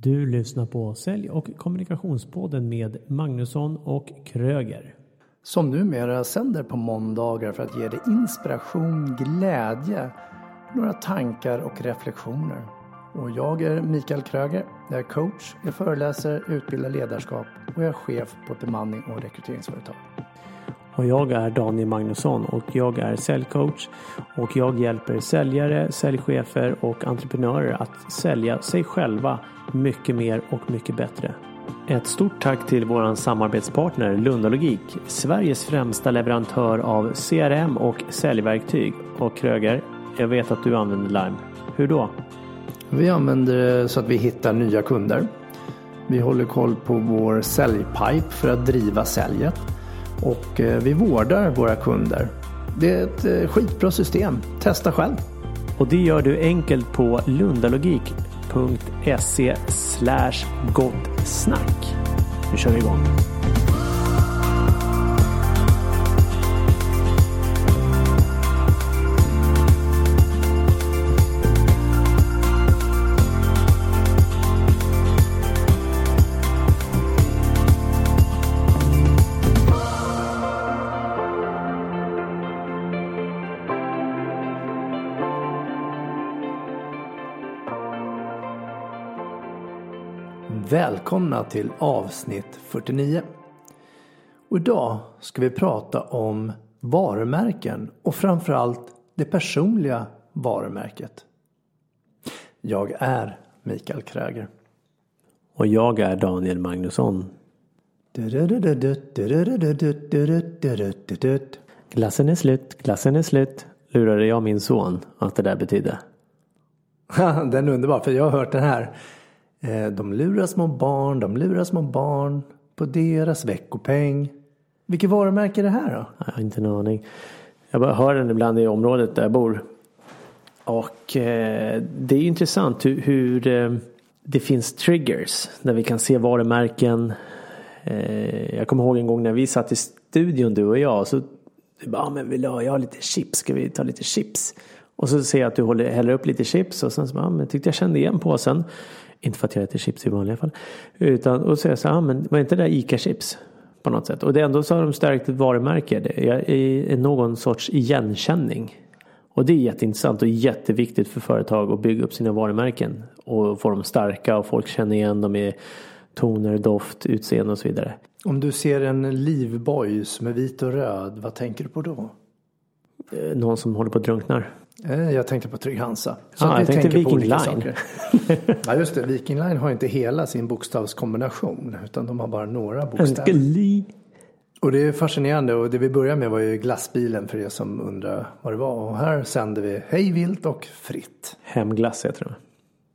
Du lyssnar på Sälj- och kommunikationspodden med Magnusson och Kröger. Som numera sänder på måndagar för att ge dig inspiration, glädje, några tankar och reflektioner. Och jag är Mikael Kröger, jag är coach, jag föreläser, utbildar ledarskap och jag är chef på ett bemanning- och rekryteringsföretag. Och jag är Daniel Magnusson och jag är säljcoach och jag hjälper säljare, säljchefer och entreprenörer att sälja sig själva mycket mer och mycket bättre. Ett stort tack till våran samarbetspartner Lundalogik, Sveriges främsta leverantör av CRM och säljverktyg. Och Kröger, jag vet att du använder Lime. Hur då? Vi använder det så att vi hittar nya kunder. Vi håller koll på vår säljpipe för att driva säljet. Och vi vårdar våra kunder. Det är ett skitbra system. Testa själv. Och det gör du enkelt på lundalogik.se/gottsnack. Nu kör vi igång. Välkomna till avsnitt 49. Och idag ska vi prata om varumärken och framförallt det personliga varumärket. Jag är Mikael Kröger. Och jag är Daniel Magnusson. Glassen är slut, glassen är slut. Lurade jag min son att det där betydde. Den är underbar, för jag har hört den här. De lurar små barn på deras veckopeng. Vilket varumärke är det här då? Jag har inte en aning. Jag bara hör den ibland i området där jag bor. Och det är intressant hur det finns triggers där vi kan se varumärken. Jag kommer ihåg en gång när vi satt i studion, du och jag. Så bara, men jag har lite chips, ska vi ta lite chips? Och så ser jag att du häller upp lite chips. Och sen så bara, men tyckte jag kände igen påsen. Inte för att jag äter chips i vanliga fall. Utan, och så säger jag men var inte det där Ica-chips? På något sätt. Och det ändå så har de stärkt ett varumärke. Det är någon sorts igenkänning. Och det är jätteintressant och jätteviktigt för företag att bygga upp sina varumärken. Och få dem starka och folk känner igen dem i toner, doft, utseende och så vidare. Om du ser en livboj som är vit och röd, vad tänker du på då? Någon som håller på att drunknar. Jag tänkte på Trygg Hansa. Så jag tänkte Viking Line. Ja just det, Viking Line har inte hela sin bokstavskombination. Utan de har bara några bokstäver. Och det är fascinerande. Och det vi börjar med var ju glassbilen för er som undrar vad det var. Och här sänder vi hej vilt och fritt. Hemglass heter det.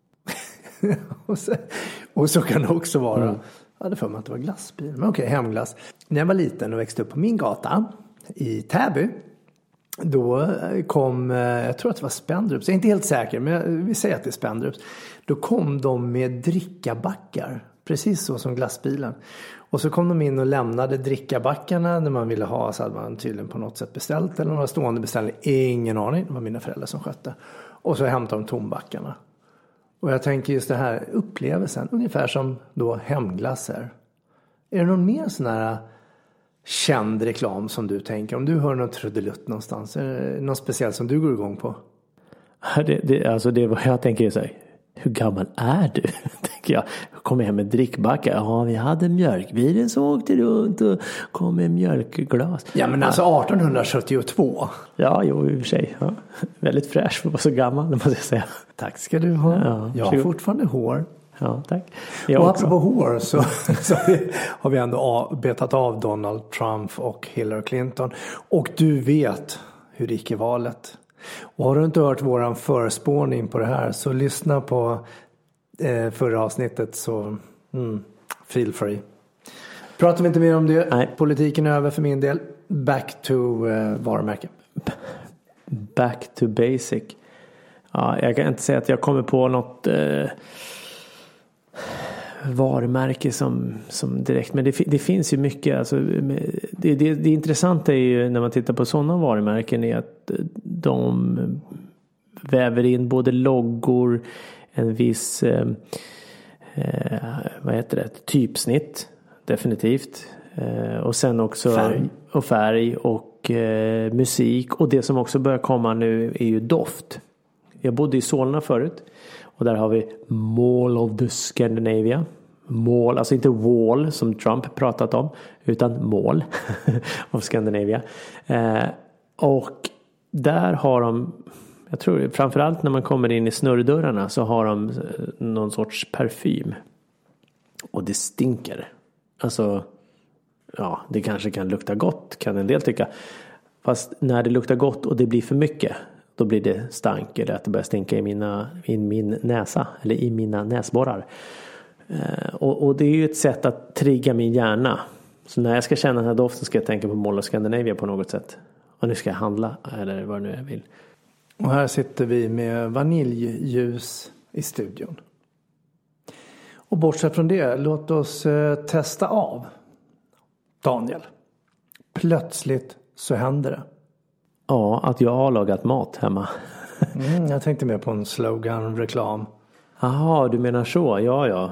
och så kan det också vara. Ja, det för mig att det var glassbil. Men okej, hemglass. När jag var liten och växte upp på min gata i Täby. Då kom, jag tror att det var Spendrups, jag är inte helt säker men vi säger att det är Spendrups. Då kom de med drickabackar, precis så som glassbilen. Och så kom de in och lämnade drickabackarna när man ville ha, så hade man tydligen på något sätt beställt eller några stående beställning. Ingen aning, det var mina föräldrar som skötte. Och så hämtade de tombackarna. Och jag tänker just det här upplevelsen, ungefär som då hemglass är. Är det någon mer sån här känd reklam som du tänker? Om du hör någon trudelutt någonstans, är det något speciellt som du går igång på? Alltså det är vad jag tänker så här. Hur gammal är du? Tänker jag. Kommer hem med drickbackar. Ja, vi hade mjölkbilen som åkte runt och kom med mjölkglas. Ja, men alltså 1872. Ja, jo, i och för sig. Ja. Väldigt fräsch för att vara så gammal, måste jag säga. Tack ska du ha. Ja, jag har fortfarande hår. Ja, tack. Och apropå hår så har vi ändå betat av Donald Trump och Hillary Clinton. Och du vet hur det gick i valet. Och har du inte hört våran förspårning på det här så lyssna på förra avsnittet så feel free. Pratar vi inte mer om det. Nej. Politiken är över för min del. Back to varumärken. Back to basic. Ja, jag kan inte säga att jag kommer på något varumärke som direkt, men det finns ju mycket, alltså, det intressanta är ju när man tittar på sådana varumärken är att de väver in både loggor, en viss vad heter det? Typsnitt. Definitivt. Och sen också färg och musik. Och det som också börjar komma nu är ju doft. Jag bodde i Solna förut. Och där har vi Mall of the Scandinavia. Mall, alltså inte wall som Trump pratat om. Utan Mall of Scandinavia. Och där har de, jag tror framförallt när man kommer in i snurrdörrarna så har de någon sorts parfym. Och det stinker. Alltså, ja, det kanske kan lukta gott, kan en del tycka. Fast när det luktar gott och det blir för mycket, då blir det stank eller att det börjar stinka i min näsa eller i mina näsborrar. Och det är ju ett sätt att trigga min hjärna. Så när jag ska känna den här doften ska jag tänka på Mall of Scandinavia på något sätt. Och nu ska jag handla eller vad nu jag vill. Och här sitter vi med vaniljljus i studion. Och bortsett från det, låt oss testa av. Daniel, plötsligt så händer det. Ja, att jag har lagat mat hemma. Jag tänkte mer på en slogan-reklam. Jaha, du menar så. Ja.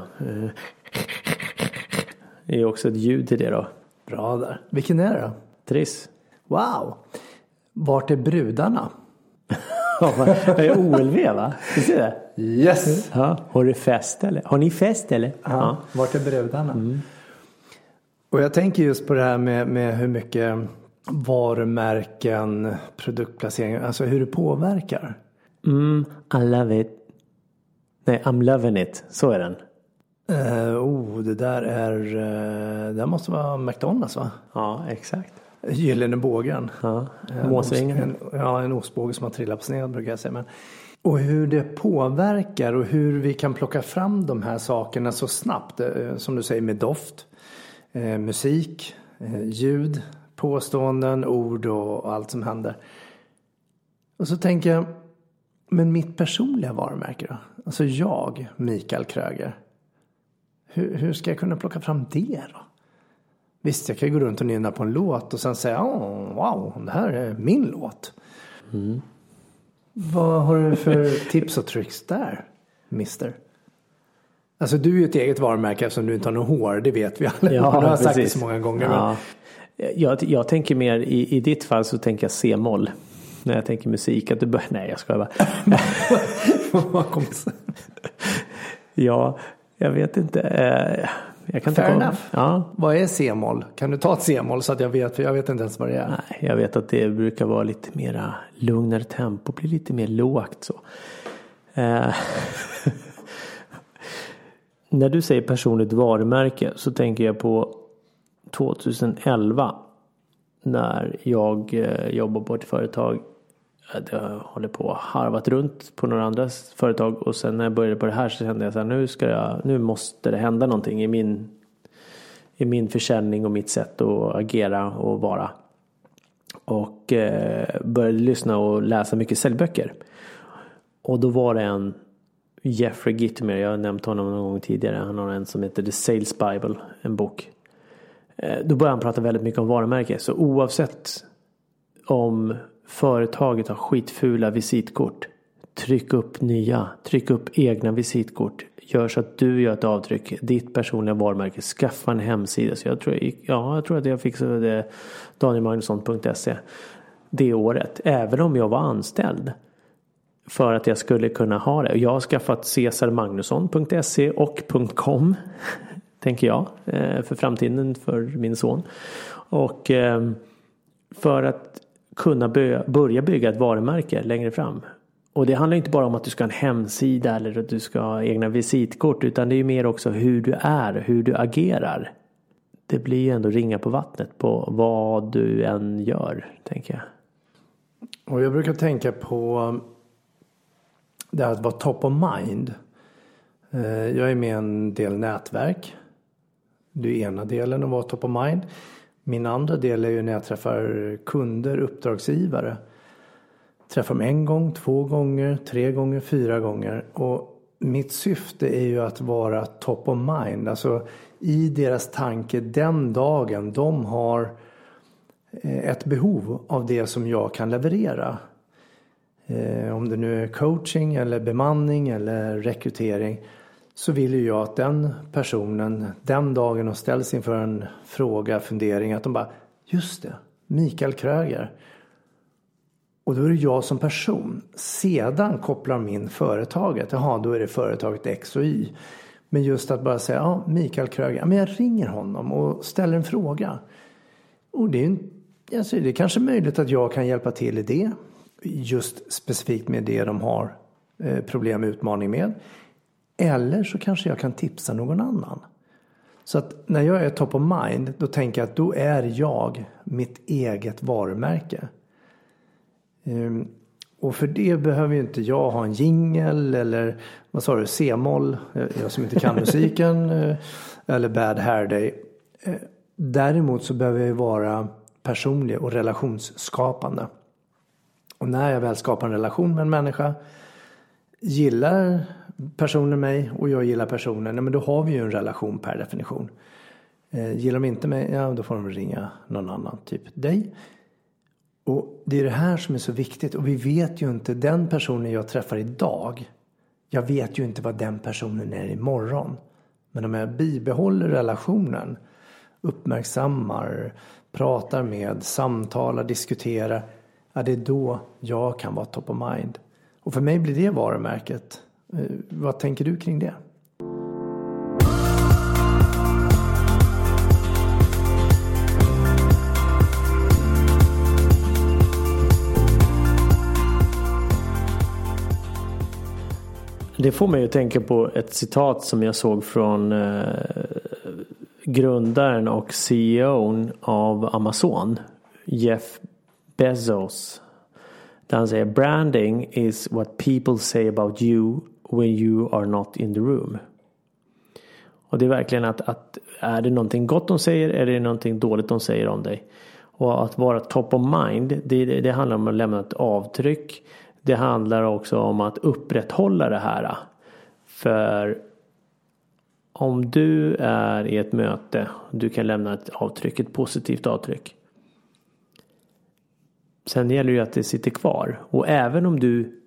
Det är också ett ljud till det då. Bra där. Vilken är det då? Triss. Wow. Vart är brudarna? Det är OLV va? Du ser det? Yes. Ja. Har du fest eller? Har ni fest eller? Ja. Vart är brudarna? Och jag tänker just på det här med hur mycket varumärken, produktplacering, alltså hur det påverkar. I love it. Nej, I'm loving it. Så är den. Det där måste vara McDonalds va? Ja, exakt. Gyllene bågen. Ja, måsvingen. En ostbåge som har trillat på sned brukar jag säga. Men, och hur det påverkar och hur vi kan plocka fram de här sakerna så snabbt. Som du säger med doft, musik, ljud, påståenden, ord och allt som händer. Och så tänker jag, men mitt personliga varumärke då? Alltså jag, Mikael Kröger. Hur ska jag kunna plocka fram det då? Visst, jag kan gå runt och nynna på en låt och sen säga, wow, det här är min låt. Vad har du för tips och tricks där, mister? Alltså du är ju ett eget varumärke eftersom du inte har något hår, det vet vi alla. Ja, du har sagt det så många gånger. Ja. Jag tänker mer, i ditt fall så tänker jag C-moll. När jag tänker musik, att du börjar, nej jag ska bara. Vad kommer sen? Ja, jag vet inte. Jag kan Fair enough. Ja. Vad är C-moll? Kan du ta ett C-moll så att jag vet, för jag vet inte ens vad det är. Nej, jag vet att det brukar vara lite mera lugnare tempo, blir lite mer lågt så. När du säger personligt varumärke så tänker jag på 2011 när jag jobbar på ett företag. Jag håller på att harvat runt på några andra företag och sen när jag började på det här så kände jag så här, nu måste det hända någonting i min försäljning och mitt sätt att agera och vara. Och började lyssna och läsa mycket säljböcker. Och då var det en Jeffrey Gitomer, jag har nämnt honom någon gång tidigare. Han har en som heter The Sales Bible, en bok. Då började han prata väldigt mycket om varumärke. Så oavsett om företaget har skitfula visitkort, tryck upp egna visitkort. Gör så att du gör ett avtryck. Ditt personliga varumärke, skaffa en hemsida. Så jag tror att jag fixade det danielmagnusson.se det året. Även om jag var anställd. För att jag skulle kunna ha det. Jag har skaffat cesarmagnusson.se och .com. Tänker jag. För framtiden för min son. Och för att kunna börja bygga ett varumärke längre fram. Och det handlar inte bara om att du ska ha en hemsida eller att du ska ha egna visitkort. Utan det är ju mer också hur du är, hur du agerar. Det blir ju ändå ringa på vattnet på vad du än gör, tänker jag. Och jag brukar tänka på det här att vara top of mind. Jag är med i en del nätverk. Det är ena delen att vara top of mind. Min andra del är ju när jag träffar kunder, uppdragsgivare. Träffar dem 1 gång, 2 gånger, 3 gånger, 4 gånger. Och mitt syfte är ju att vara top of mind. Alltså i deras tanke den dagen de har ett behov av det som jag kan leverera. Om det nu är coaching eller bemanning eller rekrytering. så vill ju jag att den personen den dagen och ställs inför en fråga, fundering, att de bara, just det, Mikael Kröger. Och då är det jag som person. Sedan kopplar min företaget. Jaha, då är det företaget X och Y. Men just att bara säga, ja, Mikael Kröger. Men jag ringer honom och ställer en fråga. Och det är kanske möjligt att jag kan hjälpa till i det. Just specifikt med det de har problem och utmaning med. Eller så kanske jag kan tipsa någon annan. Så att när jag är top of mind, då tänker jag att då är jag mitt eget varumärke. Och för det behöver ju inte jag ha en jingle eller vad sa du, C-moll, jag som inte kan musiken, eller Bad Hair Day. Däremot så behöver jag vara personlig och relationsskapande. Och när jag väl skapar en relation med en människa, gillar personen mig och jag gillar personen, nej, men då har vi ju en relation per definition. Gillar de inte mig, ja, då får de ringa någon annan, typ dig. Och det är det här som är så viktigt. Och vi vet ju inte, den personen jag träffar idag, jag vet ju inte vad den personen är imorgon. Men om jag bibehåller relationen, uppmärksammar, pratar med, samtalar, diskuterar, ja, det är då jag kan vara top of mind. Och för mig blir det varumärket. Vad tänker du kring det? Det får mig att tänka på ett citat som jag såg från grundaren och CEOn av Amazon, Jeff Bezos. Där han säger, branding is what people say about you when you are not in the room. Och det är verkligen att är det någonting gott de säger, är det någonting dåligt de säger om dig. Och att vara top of mind, det handlar om att lämna ett avtryck. Det handlar också om att upprätthålla det här. För om du är i ett möte, du kan lämna ett avtryck, ett positivt avtryck. Sen gäller det ju att det sitter kvar. Och även om du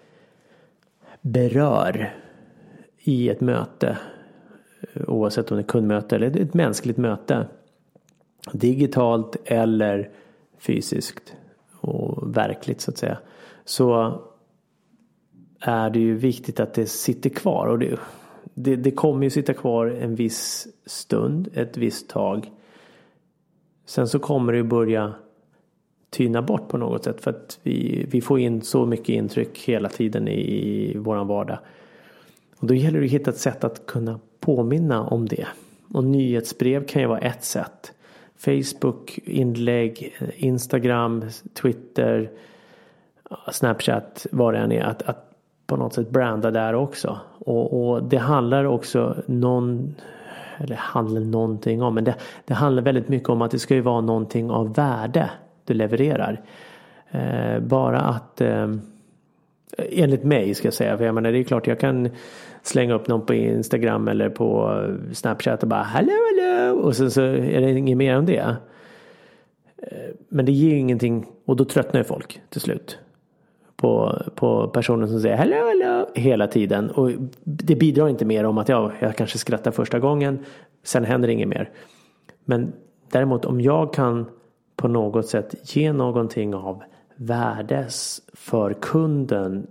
berör i ett möte, oavsett om det är kundmöte eller ett mänskligt möte, digitalt eller fysiskt och verkligt så att säga, så är det ju viktigt att det sitter kvar. Och det kommer ju sitta kvar en viss stund, ett visst tag. Sen så kommer det ju börja tyna bort på något sätt, för att vi får in så mycket intryck hela tiden i våran vardag. Och då gäller det att hitta ett sätt att kunna påminna om det. Och nyhetsbrev kan ju vara ett sätt. Facebook, inlägg, Instagram, Twitter, Snapchat, vad det än är, att på något sätt branda där också. Och det handlar också någonting om, men det handlar väldigt mycket om att det ska ju vara någonting av värde du levererar. Bara att enligt mig ska jag säga, för jag menar, det är klart jag kan slänga upp någon på Instagram eller på Snapchat och bara hallå och sen så är det inget mer än det. Men det ger ju ingenting, och då tröttnar ju folk till slut på personen som säger hallå hela tiden, och det bidrar inte mer om att jag kanske skrattar första gången, sen händer inget mer. Men däremot om jag kan på något sätt ge någonting av värdes för kunden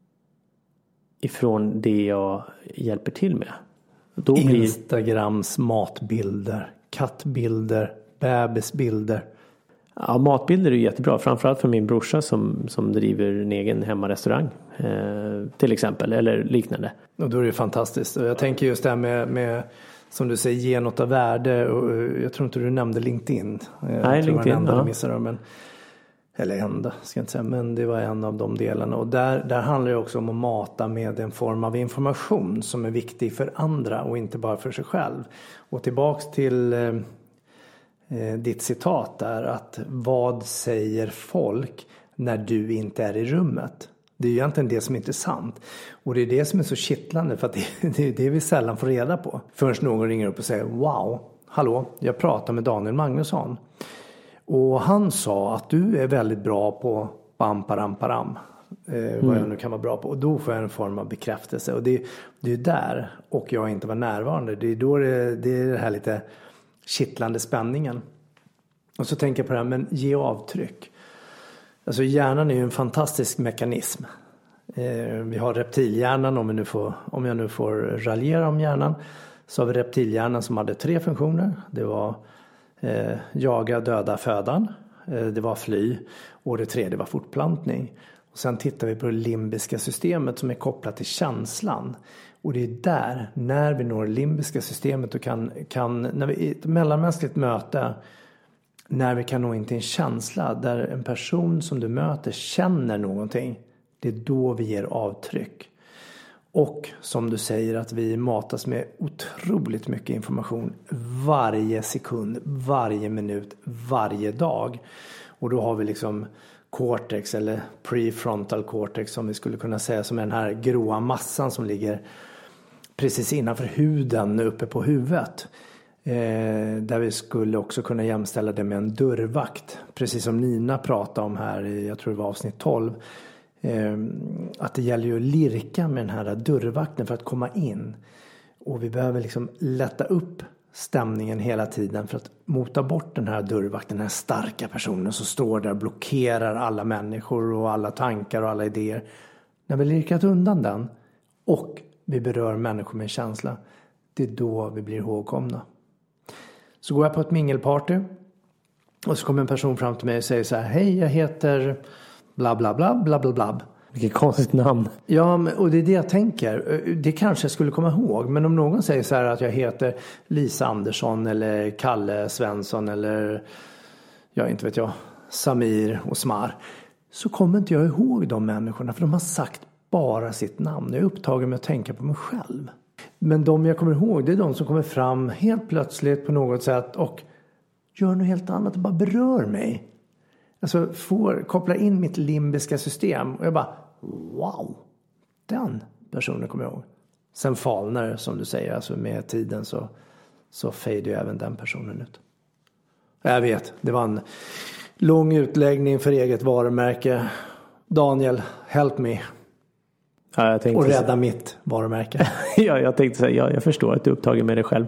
ifrån det jag hjälper till med. Då Instagrams matbilder, kattbilder, bebisbilder. Ja, matbilder är ju jättebra. Framförallt för min brorsa som driver en egen hemmarestaurang till exempel, eller liknande. Och då är det fantastiskt. Och jag tänker just det här med som du säger, ge något av värde. Och jag tror inte du nämnde LinkedIn. Nej, LinkedIn. Eller enda, ska jag inte säga. Men det var en av de delarna. Och där handlar det också om att mata med en form av information som är viktig för andra och inte bara för sig själv. Och tillbaks till ditt citat där, att vad säger folk när du inte är i rummet? Det är ju egentligen det som är intressant. Och det är det som är så kittlande, för att det är det vi sällan får reda på. Först någon ringer upp och säger, wow, hallå, jag pratar med Daniel Magnusson. Och han sa att du är väldigt bra på bam, param, param. vad jag nu kan vara bra på. Och då får jag en form av bekräftelse. Och det är där, och jag inte var närvarande. Det är då det är det här lite kittlande spänningen. Och så tänker jag på det här, men ge avtryck. Alltså hjärnan är ju en fantastisk mekanism. Vi har reptilhjärnan, om jag nu får raljera om hjärnan. Så har vi reptilhjärnan som hade 3 funktioner. Det var jaga, döda, födan. Det var fly. Och det 3 var fortplantning. Och sen tittar vi på det limbiska systemet som är kopplat till känslan. Och det är där, när vi når det limbiska systemet och kan när vi i ett mellanmänskligt möte, när vi kan nå in till en känsla där en person som du möter känner någonting, det är då vi ger avtryck. Och som du säger, att vi matas med otroligt mycket information varje sekund, varje minut, varje dag. Och då har vi liksom cortex eller prefrontal cortex, som vi skulle kunna säga, som är den här gråa massan som ligger precis innanför huden uppe på huvudet. Där vi skulle också kunna jämställa det med en dörrvakt. Precis som Nina pratade om här i, jag tror det var avsnitt 12. Att det gäller ju att lirka med den här dörrvakten för att komma in. Och vi behöver liksom lätta upp stämningen hela tiden för att mota bort den här dörrvakten, den här starka personen som står där och blockerar alla människor och alla tankar och alla idéer. När vi lirkat undan den och vi berör människor med en känsla, det är då vi blir ihågkomna. Så går jag på ett mingelparty och så kommer en person fram till mig och säger så här: hej, jag heter bla bla bla bla bla bla. Vilket konstigt namn. Ja, och det är det jag tänker. Det kanske jag skulle komma ihåg. Men om någon säger så här att jag heter Lisa Andersson eller Kalle Svensson eller jag inte vet jag, Samir och Smar, så kommer inte jag ihåg de människorna, för de har sagt bara sitt namn. Jag är upptagen med att tänka på mig själv. Men de jag kommer ihåg, det är de som kommer fram helt plötsligt på något sätt och gör något helt annat och bara berör mig. Alltså koppla in mitt limbiska system. Och jag bara, wow, den personen kommer jag ihåg. Sen falnar, som du säger, alltså med tiden så fejdar ju även den personen ut. Jag vet, det var en lång utläggning för eget varumärke. Daniel, help me. Ja, och rädda mitt varumärke. Ja, jag tänkte säga, jag förstår att du är upptagen med dig själv.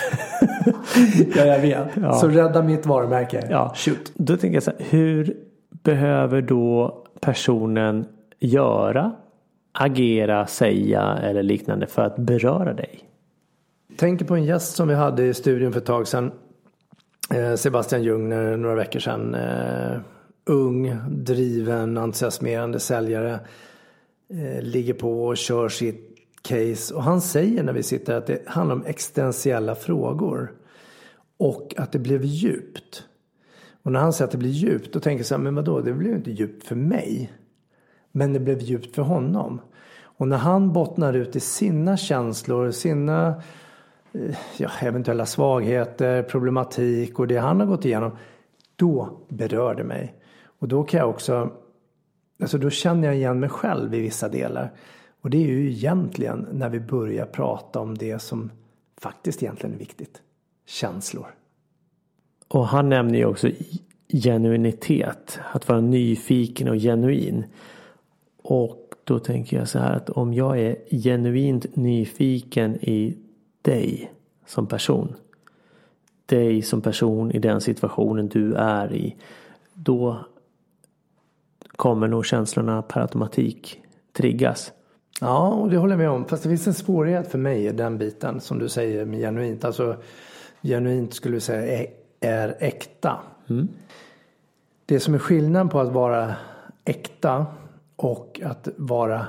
Ja, jag vet. Ja. Så rädda mitt varumärke. Ja. Shoot. Då tänker jag så här, hur behöver då personen göra, agera, säga eller liknande för att beröra dig? Tänk på en gäst som vi hade i studion för ett tag sedan. Sebastian Ljungner, några veckor sedan. Ung, driven, entusiasmerande säljare. Ligger på och kör sitt case. Och han säger när vi sitter att det handlar om existentiella frågor. Och att det blev djupt. Och när han säger att det blir djupt, då tänker jag så här, men vadå, det blev inte djupt för mig. Men det blev djupt för honom. Och när han bottnar ut i sina känslor, sina eventuella svagheter, problematik och det han har gått igenom, då berör det mig. Och då kan jag också, alltså då känner jag igen mig själv i vissa delar. Och det är ju egentligen när vi börjar prata om det som faktiskt egentligen är viktigt. Känslor. Och han nämner ju också genuinitet. Att vara nyfiken och genuin. Och då tänker jag så här, att om jag är genuint nyfiken i dig som person. Dig som person i den situationen du är i. Då kommer nog känslorna per automatik triggas. Ja, och det håller jag med om. Fast det finns en svårighet för mig i den biten som du säger med genuint. Alltså genuint skulle du säga är äkta. Mm. Det som är skillnaden på att vara äkta och att vara,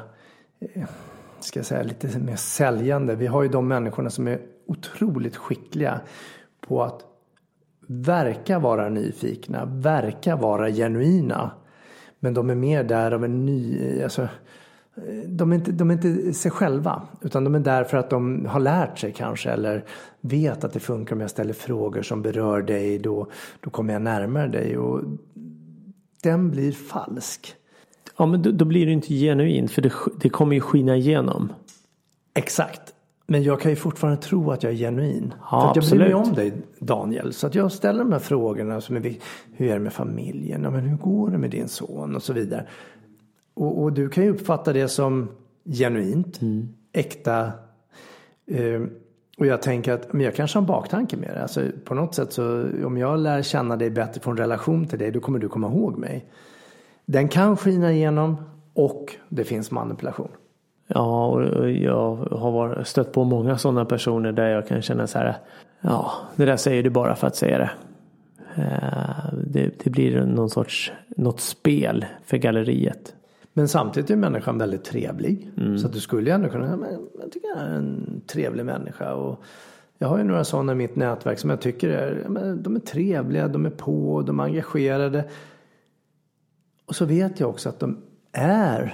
ska jag säga, lite mer säljande. Vi har ju de människorna som är otroligt skickliga på att verka vara nyfikna, verka vara genuina. Men de är mer där av en ny, alltså de är inte sig själva, utan de är där för att de har lärt sig kanske eller vet att det funkar om jag ställer frågor som berör dig, då kommer jag närmare dig, och den blir falsk. Ja, men då blir det inte genuin, för det kommer ju skina igenom. Exakt. Men jag kan ju fortfarande tro att jag är genuin. Ja, för att jag bryr mig om dig, Daniel. Så att jag ställer de här frågorna som är, hur är det med familjen? Ja, men hur går det med din son? Och så vidare. Och du kan ju uppfatta det som genuint, äkta. Och jag tänker att men jag kanske har en baktanke med det. Alltså, på något sätt så om jag lär känna dig bättre, få en relation till dig, då kommer du komma ihåg mig. Den kan skina igenom och det finns manipulation. Ja, och jag har stött på många sådana personer där jag kan känna så här, ja, det där säger du bara för att säga det. Det blir något spel för galleriet. Men samtidigt är människan väldigt trevlig. Så att du skulle ju ändå kunna, men jag tycker jag är en trevlig människa. Och jag har ju några sådana i mitt nätverk som jag tycker de är trevliga, de är på, de är engagerade. Och så vet jag också att de är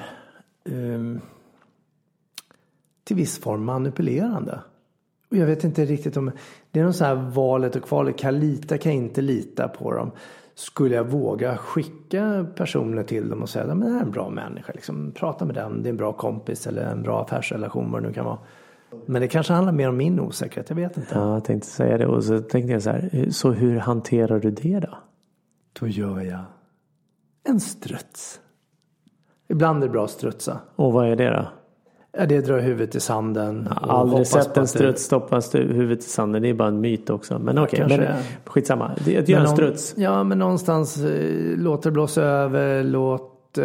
till viss form manipulerande. Och jag vet inte riktigt om det är någon så här valet och kvalet. Kan jag inte lita på dem? Skulle jag våga skicka personer till dem och säga men det här är en bra människa. Liksom, prata med den, det är en bra kompis eller en bra affärsrelation, vad det nu kan vara. Men det kanske handlar mer om min osäkerhet, jag vet inte. Ja, jag tänkte säga det. Och så tänkte jag så här, så hur hanterar du det då? Då gör jag en struts. Ibland är det bra att strutsa. Och vad är det då? Ja, det drar huvudet i sanden. Jag har aldrig sett en struts stoppa huvudet i sanden. Det är bara en myt också. Men okej, men skitsamma. Det gör en struts. Ja, men någonstans låt det blåsa över. Låt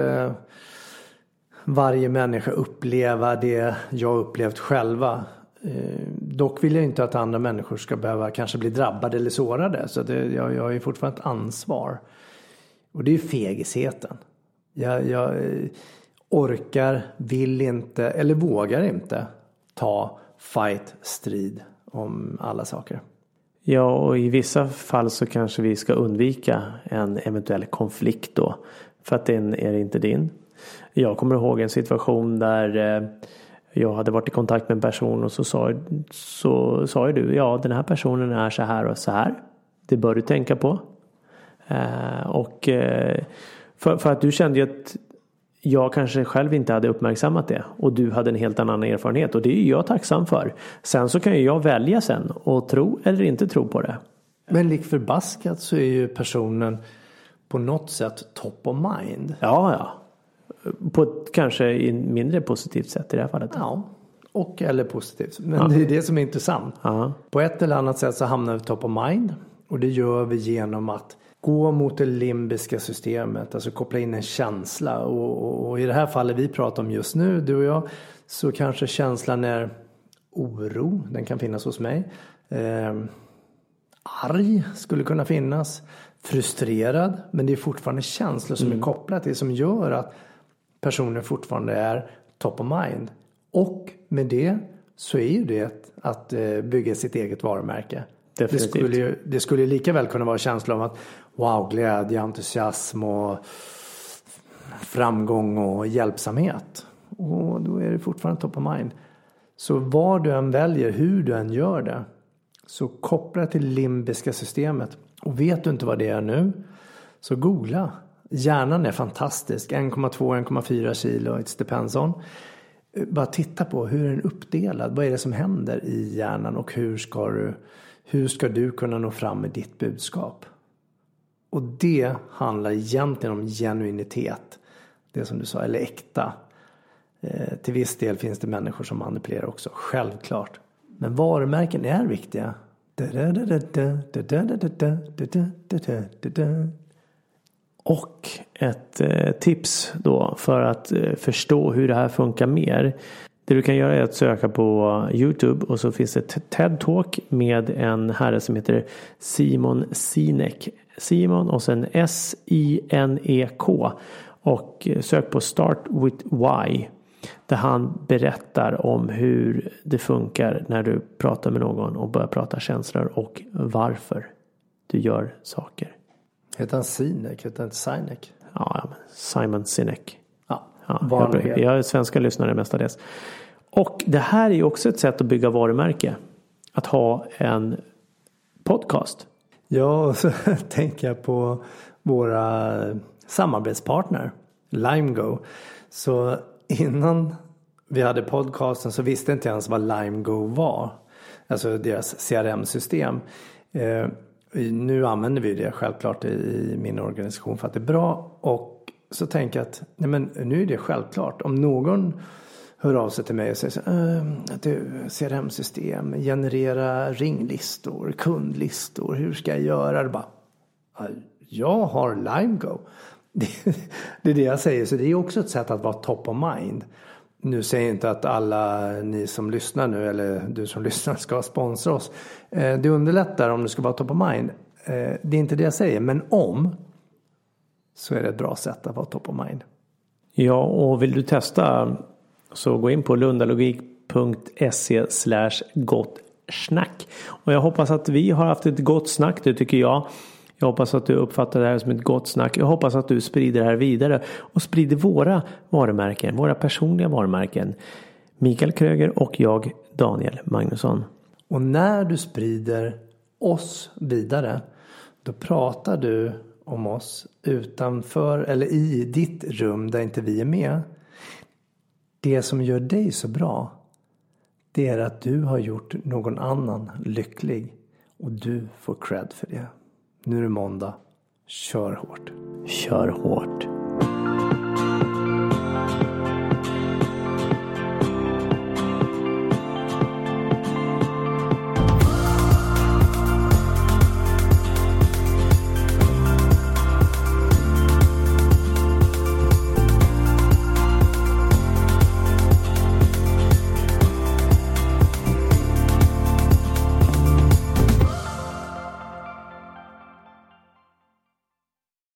varje människa uppleva det jag upplevt själva. Dock vill jag inte att andra människor ska behöva kanske bli drabbade eller sårade. Så jag har ju fortfarande ett ansvar. Och det är ju fegisheten. Jag orkar, vill inte eller vågar inte ta strid om alla saker. Ja, och i vissa fall så kanske vi ska undvika en eventuell konflikt då. För att den är inte din. Jag kommer ihåg en situation där jag hade varit i kontakt med en person och så sa ju du, ja den här personen är så här och så här. Det bör du tänka på. För att du kände ju att jag kanske själv inte hade uppmärksammat det. Och du hade en helt annan erfarenhet. Och det är jag tacksam för. Sen så kan ju jag välja sen. Och tro eller inte tro på det. Men lik förbaskat så är ju personen på något sätt top of mind. Ja. På ett kanske mindre positivt sätt i det här fallet. Ja. Och eller positivt. Men det är det som är intressant. Ja. På ett eller annat sätt så hamnar vi top of mind. Och det gör vi genom att gå mot det limbiska systemet, alltså koppla in en känsla. Och i det här fallet vi pratar om just nu, du och jag, så kanske känslan är oro, den kan finnas hos mig. Arg skulle kunna finnas. Frustrerad, men det är fortfarande känslor som är kopplat till, som gör att personen fortfarande är top of mind. Och med det så är ju det att bygga sitt eget varumärke. Det skulle lika väl kunna vara känslan om att wow, glädje, entusiasm och framgång och hjälpsamhet. Och då är det fortfarande top of mind. Så vad du än väljer, hur du än gör det, så koppla till limbiska systemet. Och vet du inte vad det är nu, så googla. Hjärnan är fantastisk. 1,2-1,4 kilo, it depends on. Bara titta på hur den är uppdelad. Vad är det som händer i hjärnan och hur ska du kunna nå fram med ditt budskap? Och det handlar egentligen om genuinitet. Det som du sa, eller äkta. Till viss del finns det människor som manipulerar också, självklart. Men varumärken är viktiga. Och ett tips då för att förstå hur det här funkar mer. Det du kan göra är att söka på YouTube och så finns det TED-talk med en herre som heter Simon Sinek. Simon och sen S-I-N-E-K. Och sök på Start with Why. Där han berättar om hur det funkar när du pratar med någon och börjar prata känslor och varför du gör saker. Heter han Sinek? Heter han inte Sinek? Ja, Simon Sinek. Ja, jag är svenska lyssnare mestadels. Och det här är ju också ett sätt att bygga varumärke. Att ha en podcast. Ja, och så tänker jag på våra samarbetspartner, LimeGo. Så innan vi hade podcasten så visste inte jag ens vad LimeGo var. Alltså deras CRM-system. Nu använder vi det självklart i min organisation för att det är bra. Och så tänker jag att nej men, nu är det självklart. Om någon hör av sig till mig och säger så CRM-system, generera ringlistor, kundlistor, hur ska jag göra? Det bara, jag har LimeGo. Det är det jag säger, så det är också ett sätt att vara top of mind. Nu säger jag inte att alla ni som lyssnar nu eller du som lyssnar ska sponsra oss. Det underlättar om du ska vara top of mind. Det är inte det jag säger, men så är det ett bra sätt att vara top of mind. Ja, och vill du testa så gå in på lundalogik.se/gottsnack. Och jag hoppas att vi har haft ett gott snack, det tycker jag. Jag hoppas att du uppfattar det här som ett gott snack. Jag hoppas att du sprider det här vidare och sprider våra varumärken, våra personliga varumärken. Mikael Kröger och jag, Daniel Magnusson. Och när du sprider oss vidare, då pratar du om oss utanför eller i ditt rum där inte vi är med. Det som gör dig så bra, det är att du har gjort någon annan lycklig och du får cred för det. Nu är det måndag. Kör hårt. Kör hårt.